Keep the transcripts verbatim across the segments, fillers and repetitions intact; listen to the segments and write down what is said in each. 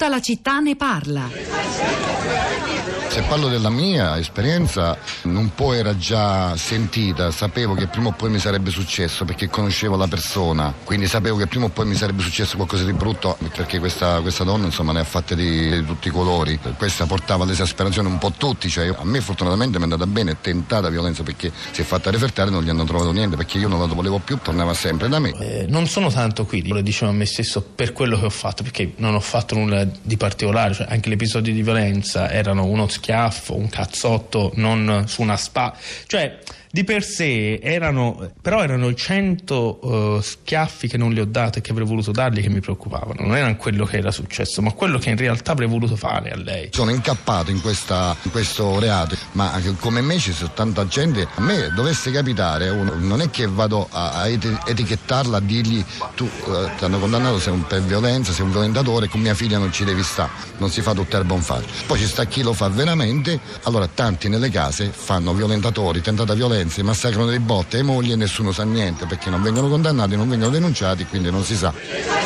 Tutta la città ne parla. Se parlo della mia esperienza, un po' era già sentita, sapevo che prima o poi mi sarebbe successo perché conoscevo la persona, quindi sapevo che prima o poi mi sarebbe successo qualcosa di brutto, perché questa, questa donna insomma ne ha fatte di, di tutti i colori. Questa portava all'esasperazione un po' tutti, cioè io, a me fortunatamente mi è andata bene, tentata violenza perché si è fatta refertare, non gli hanno trovato niente perché io non la volevo più, tornava sempre da me. Eh, non sono tanto qui, lo dicevo a me stesso, per quello che ho fatto, perché non ho fatto nulla di particolare, cioè anche gli episodi di violenza erano uno schiaffo, un cazzotto, non su una spa, cioè di per sé erano, però erano i cento uh, schiaffi che non li ho dati e che avrei voluto dargli che mi preoccupavano, non erano quello che era successo, ma quello che in realtà avrei voluto fare a lei. Sono incappato in, questa, in questo reato, ma come me ci sono tanta gente, a me dovesse capitare uno, non è che vado a, a etichettarla, a dirgli tu uh, ti hanno condannato, sei un, per violenza, sei un violentatore, con mia figlia non ci devi stare, non si fa tutto erba un fascio. Poi ci sta chi lo fa veramente, allora tanti nelle case fanno violentatori, tentata violenza, massacrano dei botte e mogli e nessuno sa niente perché non vengono condannati, non vengono denunciati, quindi non si sa.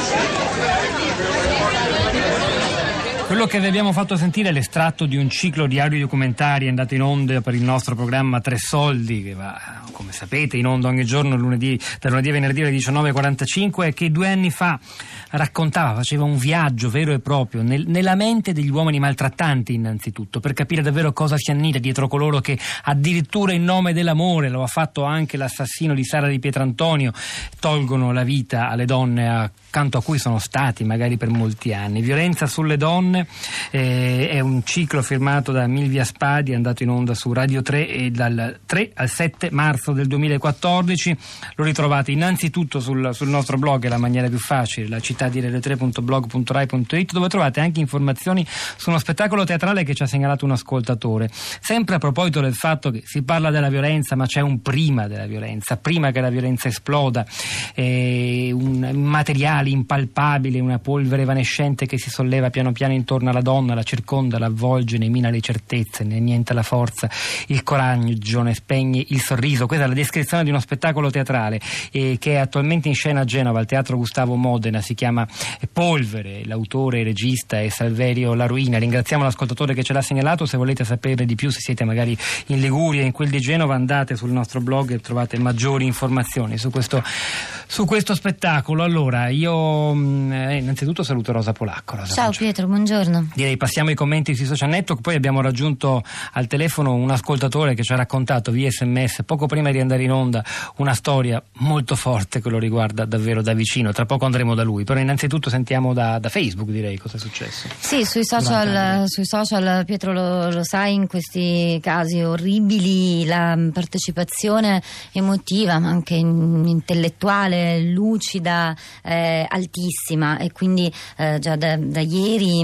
Quello che vi abbiamo fatto sentire è l'estratto di un ciclo di audiodocumentari andato in onda per il nostro programma Tre Soldi, che va, come sapete, in onda ogni giorno lunedì, da lunedì a venerdì alle diciannove e quarantacinque, e che due anni fa raccontava, faceva un viaggio vero e proprio nel, nella mente degli uomini maltrattanti innanzitutto, per capire davvero cosa si annida dietro coloro che addirittura in nome dell'amore, lo ha fatto anche l'assassino di Sara Di Pietrantonio, tolgono la vita alle donne accanto a cui sono stati magari per molti anni. Violenza sulle donne eh, è un ciclo firmato da Milvia Spadi, andato in onda su Radio tre e dal tre al sette marzo del duemilaquattordici. Lo ritrovate innanzitutto sul, sul nostro blog, è la maniera più facile, la città di radio tre punto blog punto rai punto it, dove trovate anche informazioni su uno spettacolo teatrale che ci ha segnalato un ascoltatore. Sempre a proposito del fatto che si parla della violenza, ma c'è un prima della violenza, prima che la violenza esploda, eh, un materiale impalpabile, una polvere evanescente che si solleva piano piano intorno alla donna, la circonda, la avvolge, ne mina le certezze, ne annienta la forza, il coraggio, ne spegne il sorriso. Questa è la descrizione di uno spettacolo teatrale eh, che è attualmente in scena a Genova al Teatro Gustavo Modena, si chiama Polvere, l'autore e regista è Salverio Laruina. Ringraziamo l'ascoltatore che ce l'ha segnalato. Se volete sapere di più, se siete magari in Liguria, in quel di Genova, andate sul nostro blog e trovate maggiori informazioni su questo, su questo spettacolo. Allora, io eh, innanzitutto saluto Rosa Polacco. Rosa, ciao buongiorno. Pietro, buongiorno. Direi passiamo ai commenti sui social network, poi abbiamo raggiunto al telefono un ascoltatore che ci ha raccontato via sms poco prima di andare in onda una storia molto forte che lo riguarda davvero da vicino. Tra poco andremo da lui, però innanzitutto sentiamo da, da Facebook, direi, cosa è successo. Sì, sui social, sui social Pietro lo, lo sai, in questi casi orribili la partecipazione emotiva ma anche intellettuale, lucida, eh, altissima, e quindi eh, già da, da ieri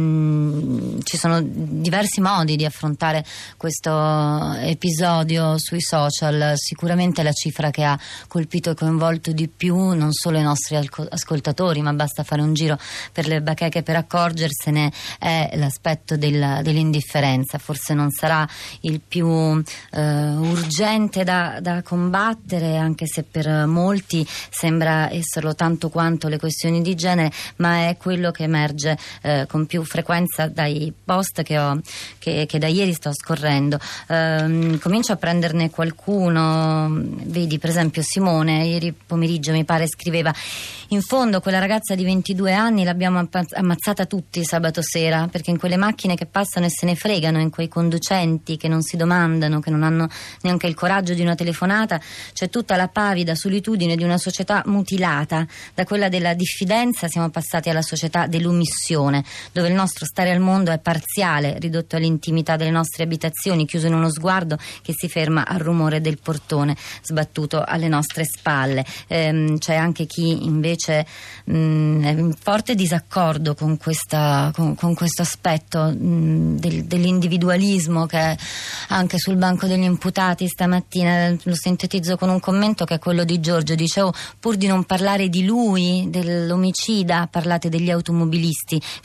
mh, ci sono diversi modi di affrontare questo episodio sui social. Sicuramente la cifra che ha colpito e coinvolto di più non solo i nostri ascoltatori, ma basta fare un giro per le bacheche per accorgersene, è l'aspetto del, dell'indifferenza. Forse non sarà il più eh, urgente da, da combattere, anche se per molti sembra esserlo tanto quanto le questioni di genere, ma è quello che emerge eh, con più frequenza dai post che, ho, che, che da ieri sto scorrendo. Eh, comincio a prenderne qualcuno. Vedi, per esempio Simone ieri pomeriggio mi pare scriveva: in fondo quella ragazza di ventidue anni l'abbiamo ammazzata tutti sabato sera, perché in quelle macchine che passano e se ne fregano, in quei conducenti che non si domandano, che non hanno neanche il coraggio di una telefonata, c'è tutta la pavida solitudine di una società mutilata. Da quella della diffidenza siamo passati alla società dell'omissione, dove il nostro stare al mondo è parziale, ridotto all'intimità delle nostre abitazioni, chiuso in uno sguardo che si ferma al rumore del portone sbattuto alle nostre spalle. Ehm, c'è anche chi invece mh, è in forte disaccordo con, questa, con, con questo aspetto mh, del, dell'individualismo che è anche sul banco degli imputati stamattina. Lo sintetizzo con un commento che è quello di Giorgio. Dice: oh, pur di non parlare di lui, dell'omicida, parlate degli automobilisti che non si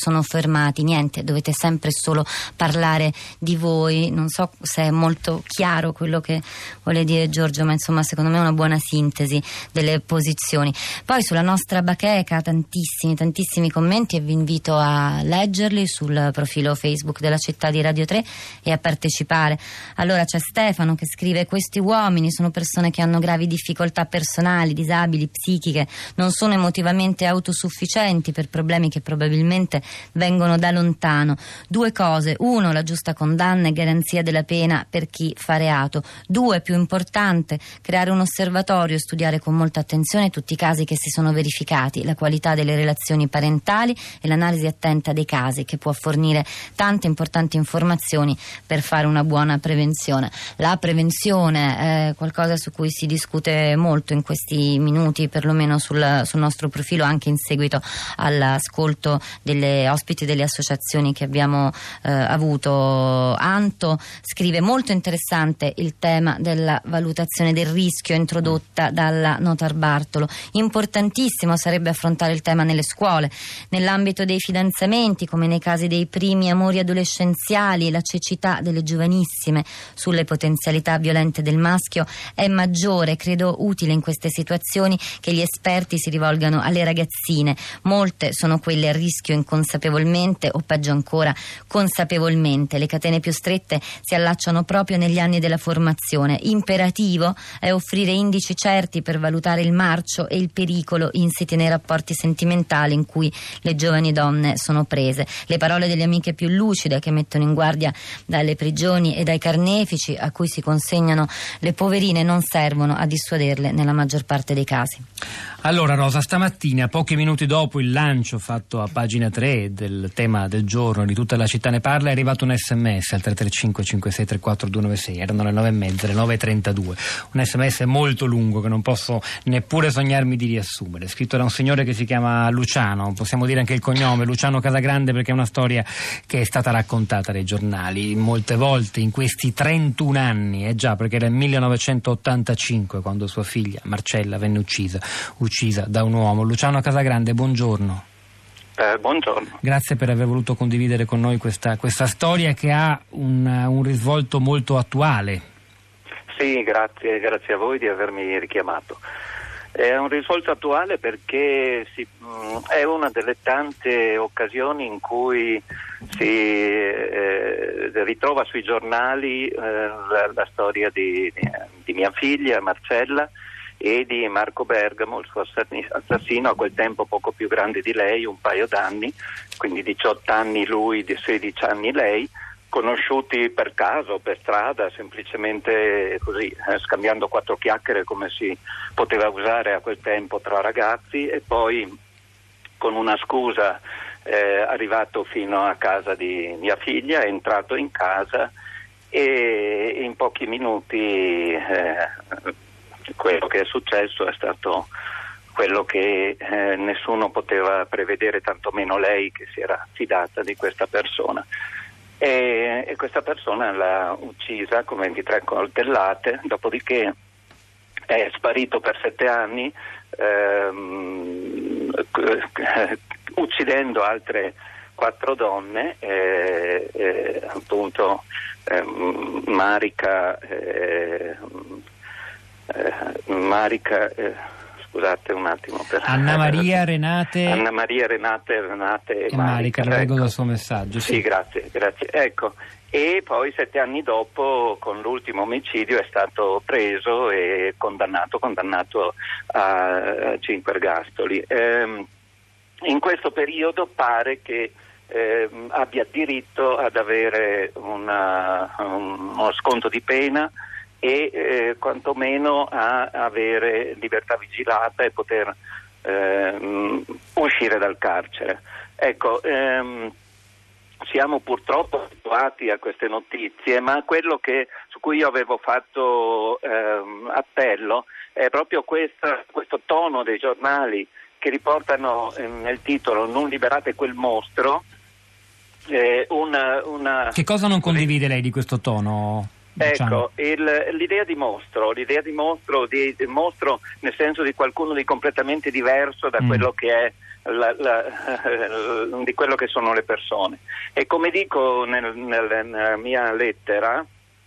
sono fermati. Niente, dovete sempre solo parlare di voi. Non so se è molto chiaro quello che vuole dire Giorgio, ma insomma secondo me è una buona sintesi delle posizioni. Poi sulla nostra bacheca tantissimi tantissimi commenti e vi invito a leggerli sul profilo Facebook della città di Radio tre e a partecipare. Allora c'è Stefano che scrive: questi uomini sono persone che hanno gravi difficoltà personali, disabili, psichiche, non sono emotivamente autosufficienti per problemi che probabilmente vengono da lontano. Due cose: uno, la giusta condanna e garanzia della pena per chi fa reato; due, più importante, creare un osservatorio e studiare con molta attenzione tutti i casi che si sono verificati, la qualità delle relazioni parentali e l'analisi attenta dei casi, che può fornire tante importanti informazioni per fare una buona prevenzione. La prevenzione è qualcosa su cui si discute molto in questi minuti, perlomeno sul, sul nostro profilo, anche in seguito all'ascolto delle ospiti delle associazioni che abbiamo eh, avuto. Anto scrive: molto interessante il tema della valutazione del rischio introdotta dalla Notarbartolo, importantissimo sarebbe affrontare il tema nelle scuole, nell'ambito dei fidanzamenti come nei casi dei primi amori adolescenziali. La cecità delle giovanissime sulle potenzialità violente del maschio è maggiore. Credo utile in queste situazioni che gli esperti si rivolgano alle ragazzine, molte sono quelle a rischio inconsapevolmente o peggio ancora consapevolmente. Le catene più strette si allacciano proprio negli anni della formazione. Imperativo è offrire indici certi per valutare il marcio e il pericolo insiti nei rapporti sentimentali in cui le giovani donne sono prese. Le parole delle amiche più lucide che mettono in guardia dalle prigioni e dai carnefici a cui si consegnano le poverine non servono a dissuaderle nella maggior parte dei casi. Allora Rosa, stamattina, pochi minuti dopo il lancio fatto a pagina tre del tema del giorno di Tutta la città ne parla, è arrivato un sms al tre tre cinque cinque sei tre quattro due nove sei, erano le nove e mezza, le nove e trentadue, un sms molto lungo che non posso neppure sognarmi di riassumere, scritto da un signore che si chiama Luciano, possiamo dire anche il cognome, Luciano Casagrande, perché è una storia che è stata raccontata dai giornali molte volte in questi trentuno anni, eh già, perché era il millenovecentottantacinque quando sua figlia Marcella venne uccisa uccisa da un uomo. Luciano Casagrande, buongiorno. Eh, buongiorno. Grazie per aver voluto condividere con noi questa, questa storia che ha un, un risvolto molto attuale. Sì, grazie, grazie a voi di avermi richiamato. È un risvolto attuale perché si, mh, è una delle tante occasioni in cui si eh, ritrova sui giornali eh, la, la storia di, di mia figlia Marcella e di Marco Bergamo, il suo assassino, a quel tempo poco più grande di lei, un paio d'anni, quindi diciotto anni lui, sedici anni lei, conosciuti per caso, per strada, semplicemente così, eh, scambiando quattro chiacchiere come si poteva usare a quel tempo tra ragazzi, e poi con una scusa eh, arrivato fino a casa di mia figlia, è entrato in casa e in pochi minuti eh, quello che è successo è stato quello che eh, nessuno poteva prevedere, tantomeno lei che si era fidata di questa persona. E, e questa persona l'ha uccisa con ventitré coltellate, dopodiché è sparito per sette anni ehm, uccidendo altre quattro donne, eh, eh, appunto eh, Marica eh, eh, Marica eh, scusate un attimo per, Anna Maria Renate Anna Maria Renate Renate e Marica, lo leggo dal suo messaggio. Sì, sì, grazie, grazie. Ecco, e poi sette anni dopo, con l'ultimo omicidio, è stato preso e condannato, condannato a cinque ergastoli. Ehm, in questo periodo pare che ehm, abbia diritto ad avere una, un, uno sconto di pena e eh, quantomeno a avere libertà vigilata e poter ehm, uscire dal carcere. Ecco, ehm, siamo purtroppo abituati a queste notizie, ma quello che, su cui io avevo fatto ehm, appello è proprio questa, questo tono dei giornali che riportano eh, nel titolo "Non liberate quel mostro". Eh, una, una... Che cosa non condivide lei di questo tono? Ecco, il, l'idea di mostro, l'idea di mostro, di, di mostro nel senso di qualcuno di completamente diverso da mm. quello che è la, la, di quello che sono le persone. E come dico nel, nel, nella mia lettera,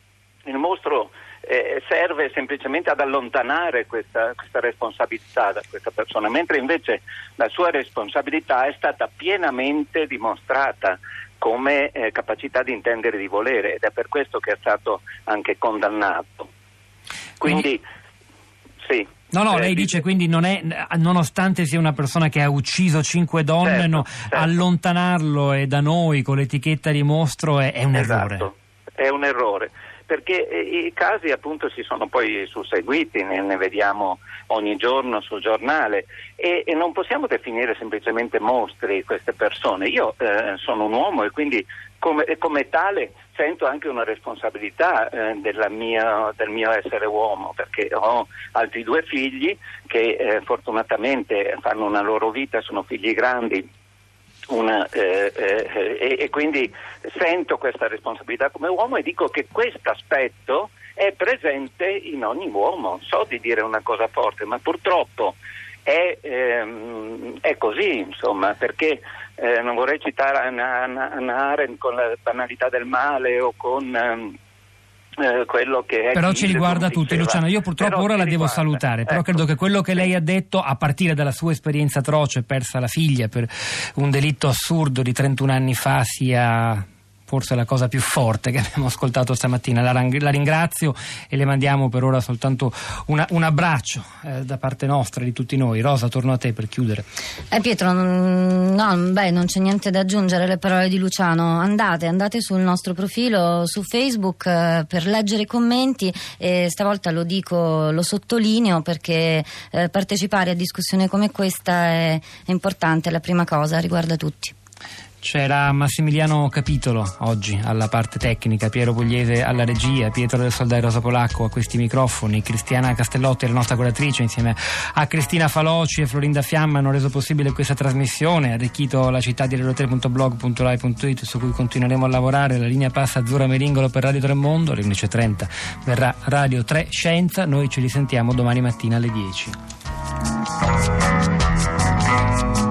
il mostro eh, serve semplicemente ad allontanare questa, questa responsabilità da questa persona, mentre invece la sua responsabilità è stata pienamente dimostrata come eh, capacità di intendere e di volere, ed è per questo che è stato anche condannato. Quindi sì. No, no, eh, lei dice quindi non è, nonostante sia una persona che ha ucciso cinque donne, certo, no, certo. allontanarlo e da noi con l'etichetta di mostro è, è un esatto, errore. È un errore, perché i casi appunto si sono poi susseguiti, ne, ne vediamo ogni giorno sul giornale, e, e non possiamo definire semplicemente mostri queste persone. Io eh, sono un uomo e quindi come, come tale sento anche una responsabilità eh, della mia, del mio essere uomo, perché ho altri due figli che eh, fortunatamente fanno una loro vita, sono figli grandi. Una, eh, eh, e, e quindi sento questa responsabilità come uomo e dico che questo aspetto è presente in ogni uomo. So di dire una cosa forte, ma purtroppo è, ehm, è così, insomma, perché eh, non vorrei citare Hannah, Hannah Arendt con la banalità del male o con ehm, eh, quello che è. Però ci riguarda tutti, diceva. Luciano. Io purtroppo Però ora la devo riguarda. salutare, però ecco. credo che quello che lei ha detto, a partire dalla sua esperienza atroce, persa la figlia per un delitto assurdo di trentuno anni fa, sia forse la cosa più forte che abbiamo ascoltato stamattina. La, la ringrazio e le mandiamo per ora soltanto una, un abbraccio eh, da parte nostra, di tutti noi. Rosa, torno a te per chiudere. Eh Pietro, no, beh, non c'è niente da aggiungere alle parole di Luciano. Andate, andate sul nostro profilo su Facebook eh, per leggere i commenti, e stavolta lo dico, lo sottolineo, perché eh, partecipare a discussioni come questa è, è importante, è la prima cosa, riguarda tutti. C'era Massimiliano Capitolo oggi alla parte tecnica, Piero Pugliese alla regia, Pietro del Soldai Rosa Polacco a questi microfoni, Cristiana Castellotti, la nostra curatrice, insieme a Cristina Faloci e Florinda Fiamma hanno reso possibile questa trasmissione, arricchito la città di radio tre punto blog punto rai punto it, su cui continueremo a lavorare. La linea passa a Azzurra Meringolo per Radio tre Mondo, alle undici e trenta verrà Radio tre Scienza. Noi ci risentiamo domani mattina alle dieci.